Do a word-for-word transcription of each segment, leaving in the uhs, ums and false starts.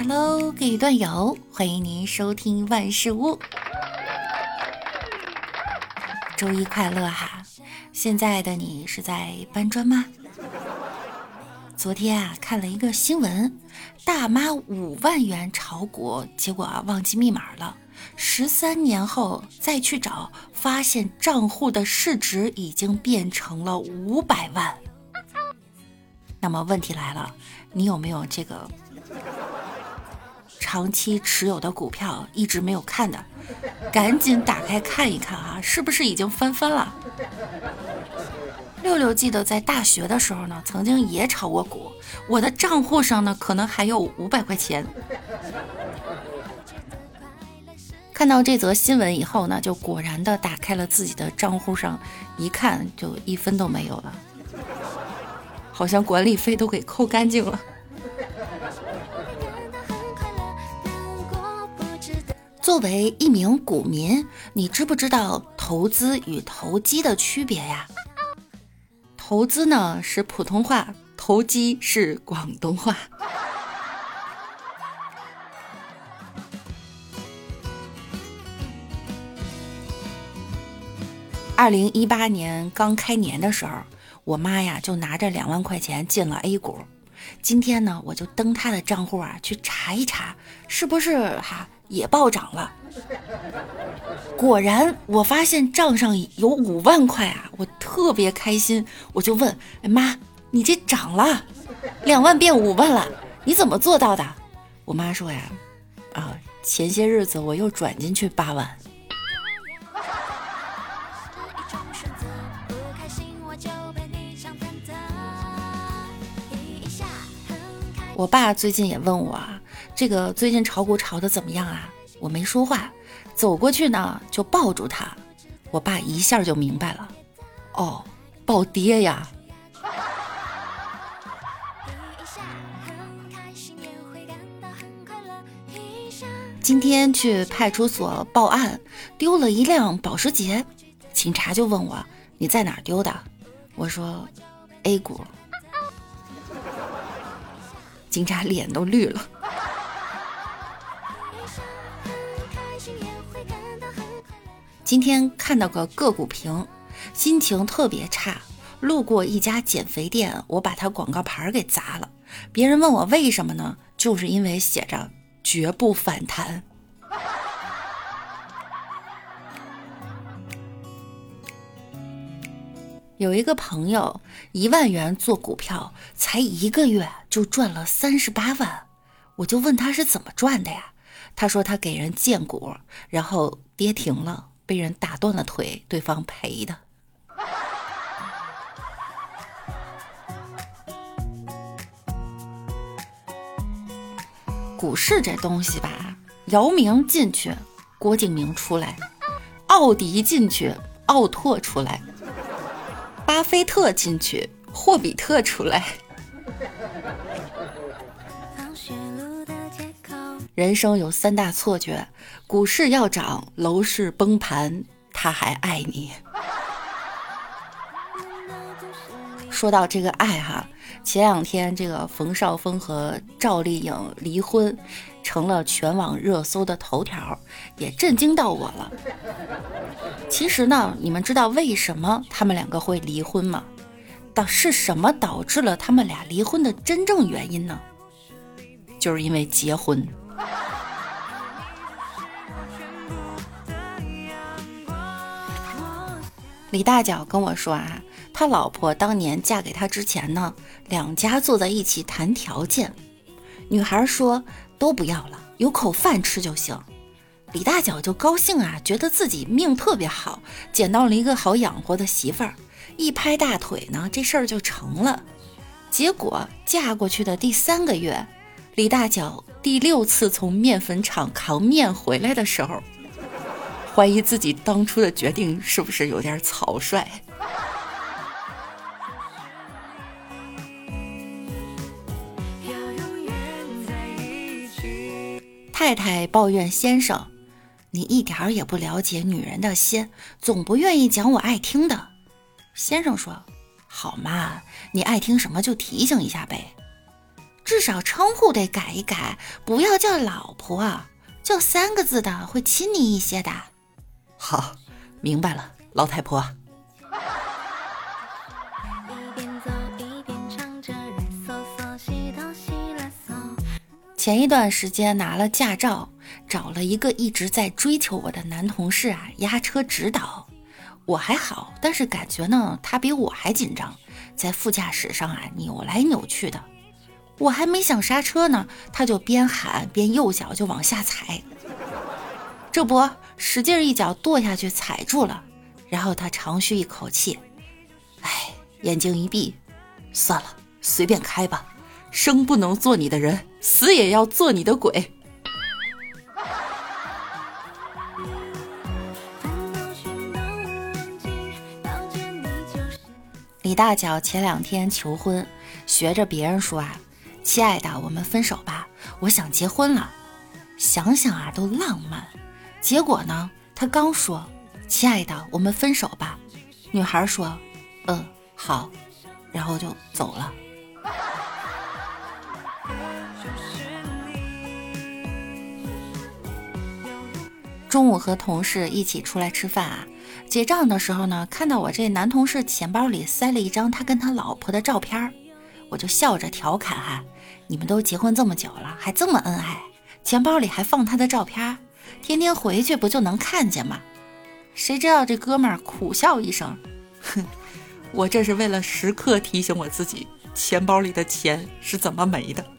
Hello， 各位段友，欢迎您收听万事屋。周一快乐哈！现在的你是在搬砖吗？昨天啊，看了一个新闻，大妈五万元炒股，结果啊忘记密码了，十三年后再去找，发现账户的市值已经变成了五百万。那么问题来了，你有没有这个长期持有的股票一直没有看的，赶紧打开看一看啊，是不是已经翻番了？六六记得在大学的时候呢，曾经也炒过股，我的账户上呢可能还有五百块钱。看到这则新闻以后呢，就果然的打开了自己的账户上，一看就一分都没有了，好像管理费都给扣干净了。作为一名股民，你知不知道投资与投机的区别呀？投资呢是普通话，投机是广东话。二零一八年刚开年的时候，我妈呀就拿着两万块钱进了 A 股。今天呢，我就登她的账户啊去查一查，是不是哈也暴涨了。果然我发现账上有五万块啊，我特别开心，我就问哎妈，你这涨了两万变五万了，你怎么做到的？我妈说呀啊，前些日子我又转进去八万。我爸最近也问我啊，这个最近炒股炒得怎么样啊？我没说话，走过去呢就抱住他。我爸一下就明白了，哦，抱爹呀。今天去派出所报案，丢了一辆保时捷，警察就问我你在哪儿丢的？我说 A 股。警察脸都绿了。今天看到个个股评，心情特别差，路过一家减肥店，我把它广告牌给砸了。别人问我为什么呢？就是因为写着绝不反弹。有一个朋友一万元做股票，才一个月就赚了三十八万，我就问他是怎么赚的呀？他说他给人荐股，然后跌停了，被人打断了腿，对方赔的。股市这东西吧，姚明进去，郭敬明出来；奥迪进去，奥拓出来；巴菲特进去，霍比特出来。人生有三大错觉，股市要涨，楼市崩盘，他还爱你。说到这个爱哈，前两天这个冯绍峰和赵丽颖离婚，成了全网热搜的头条，也震惊到我了。其实呢，你们知道为什么他们两个会离婚吗？导是什么导致了他们俩离婚的真正原因呢？就是因为结婚。李大脚跟我说啊，他老婆当年嫁给他之前呢，两家坐在一起谈条件。女孩说都不要了，有口饭吃就行。李大脚就高兴啊，觉得自己命特别好，捡到了一个好养活的媳妇儿，一拍大腿呢，这事儿就成了。结果嫁过去的第三个月，李大脚第六次从面粉厂扛面回来的时候，怀疑自己当初的决定是不是有点草率。太太抱怨先生，你一点也不了解女人的心，总不愿意讲我爱听的。先生说，好嘛，你爱听什么就提醒一下呗。 至少称呼得改一改，不要叫老婆，叫三个字的会亲昵一些的。 好，明白了，老太婆。 前一段时间拿了驾照，找了一个一直在追求我的男同事啊，压车指导。我还好，但是感觉呢，他比我还紧张，在副驾驶上啊扭来扭去的。我还没想刹车呢，他就边喊边右脚就往下踩。这不，使劲一脚跺下去踩住了，然后他长吁一口气，哎，眼睛一闭，算了，随便开吧。生不能做你的人，死也要做你的鬼。李大脚前两天求婚，学着别人说啊，亲爱的，我们分手吧，我想结婚了。想想啊，都浪漫。结果呢，他刚说，亲爱的，我们分手吧，女孩说，嗯，好，然后就走了。中午和同事一起出来吃饭啊，结账的时候呢，看到我这男同事钱包里塞了一张他跟他老婆的照片，我就笑着调侃哈，你们都结婚这么久了，还这么恩爱，钱包里还放他的照片，天天回去不就能看见吗？谁知道这哥们儿苦笑一声，哼，我这是为了时刻提醒我自己，钱包里的钱是怎么没的。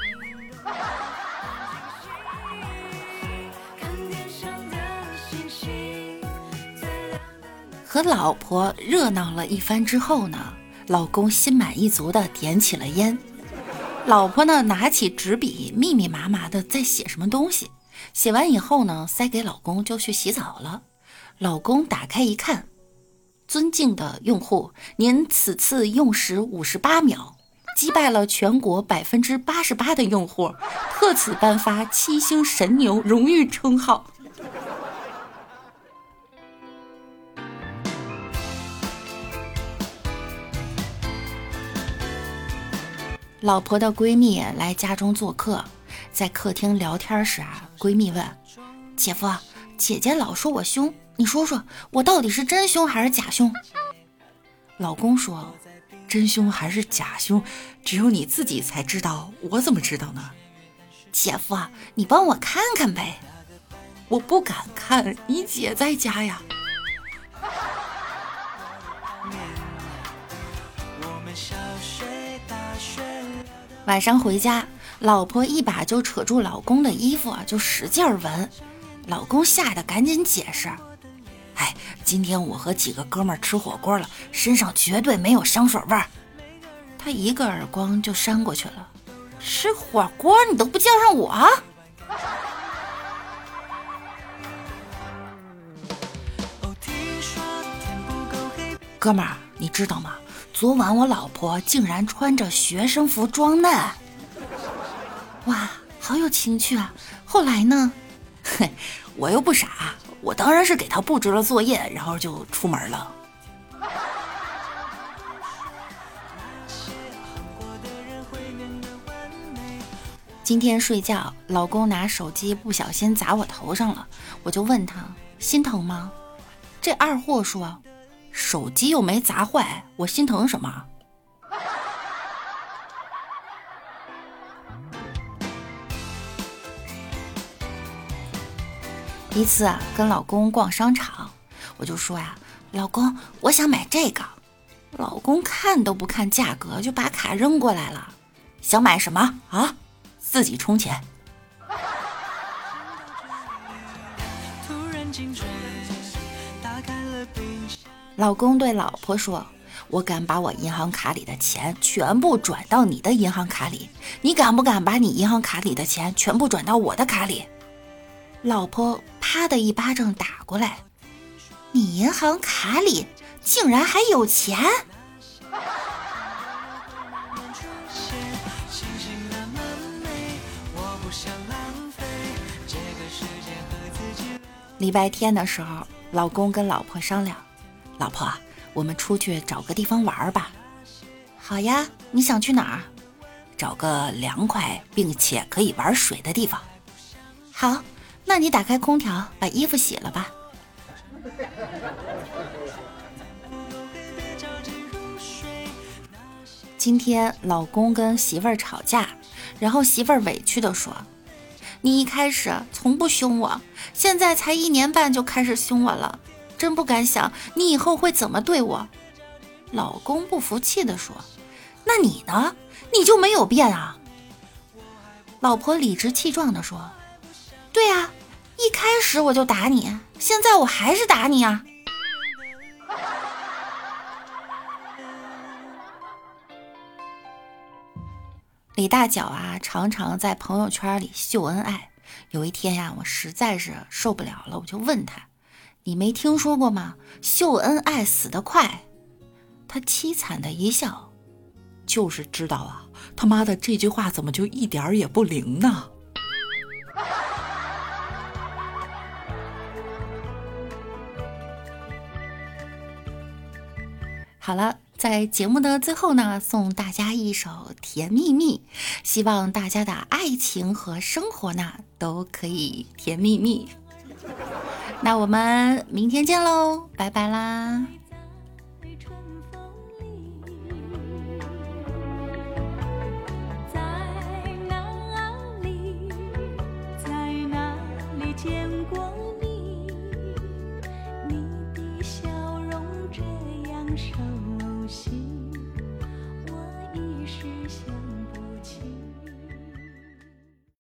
和老婆热闹了一番之后呢，老公心满意足地点起了烟。老婆呢，拿起纸笔密密麻麻地在写什么东西，写完以后呢，塞给老公就去洗澡了。老公打开一看，尊敬的用户，您此次用时五十八秒，击败了全国百分之八十八的用户，特此颁发七星神牛荣誉称号。老婆的闺蜜来家中做客，在客厅聊天时啊，闺蜜问姐夫，姐姐老说我凶，你说说我到底是真凶还是假凶？老公说，真凶还是假凶，只有你自己才知道，我怎么知道呢？姐夫，你帮我看看呗。我不敢看，你姐在家呀。晚上回家，老婆一把就扯住老公的衣服，就使劲闻。老公吓得赶紧解释，哎，今天我和几个哥们儿吃火锅了，身上绝对没有香水味儿。他一个耳光就扇过去了，吃火锅你都不叫上我？哥们儿，你知道吗？昨晚我老婆竟然穿着学生服装呢。哇，好有情趣啊！后来呢？嘿，我又不傻，我当然是给她布置了作业，然后就出门了。今天睡觉，老公拿手机不小心砸我头上了，我就问他心疼吗？这二货说，手机又没砸坏，我心疼什么？一次啊，跟老公逛商场，我就说呀，老公，我想买这个。老公看都不看价格，就把卡扔过来了。想买什么啊？自己充钱。老公对老婆说，我敢把我银行卡里的钱全部转到你的银行卡里，你敢不敢把你银行卡里的钱全部转到我的卡里？老婆啪的一巴掌打过来，你银行卡里竟然还有钱？礼拜天的时候，老公跟老婆商量，老婆，我们出去找个地方玩吧。好呀，你想去哪儿？ 找个凉快并且可以玩水的地方。好，那你打开空调，把衣服洗了吧。今天老公跟媳妇儿吵架，然后媳妇儿委屈地说，你一开始从不凶我，现在才一年半就开始凶我了，真不敢想你以后会怎么对我。老公不服气地说，那你呢？你就没有变啊？老婆理直气壮地说，对啊，一开始我就打你，现在我还是打你啊。李大脚啊，常常在朋友圈里秀恩爱。有一天呀，我实在是受不了了，我就问他，你没听说过吗？秀恩爱死得快。他凄惨的一笑， 就是知道啊，他妈的这句话怎么就一点儿也不灵呢？ 好了，在节目的最后呢，送大家一首《甜蜜蜜》，希望大家的爱情和生活呢都可以甜蜜蜜。那我们明天见喽，拜拜啦。 见过你，你的笑容这样熟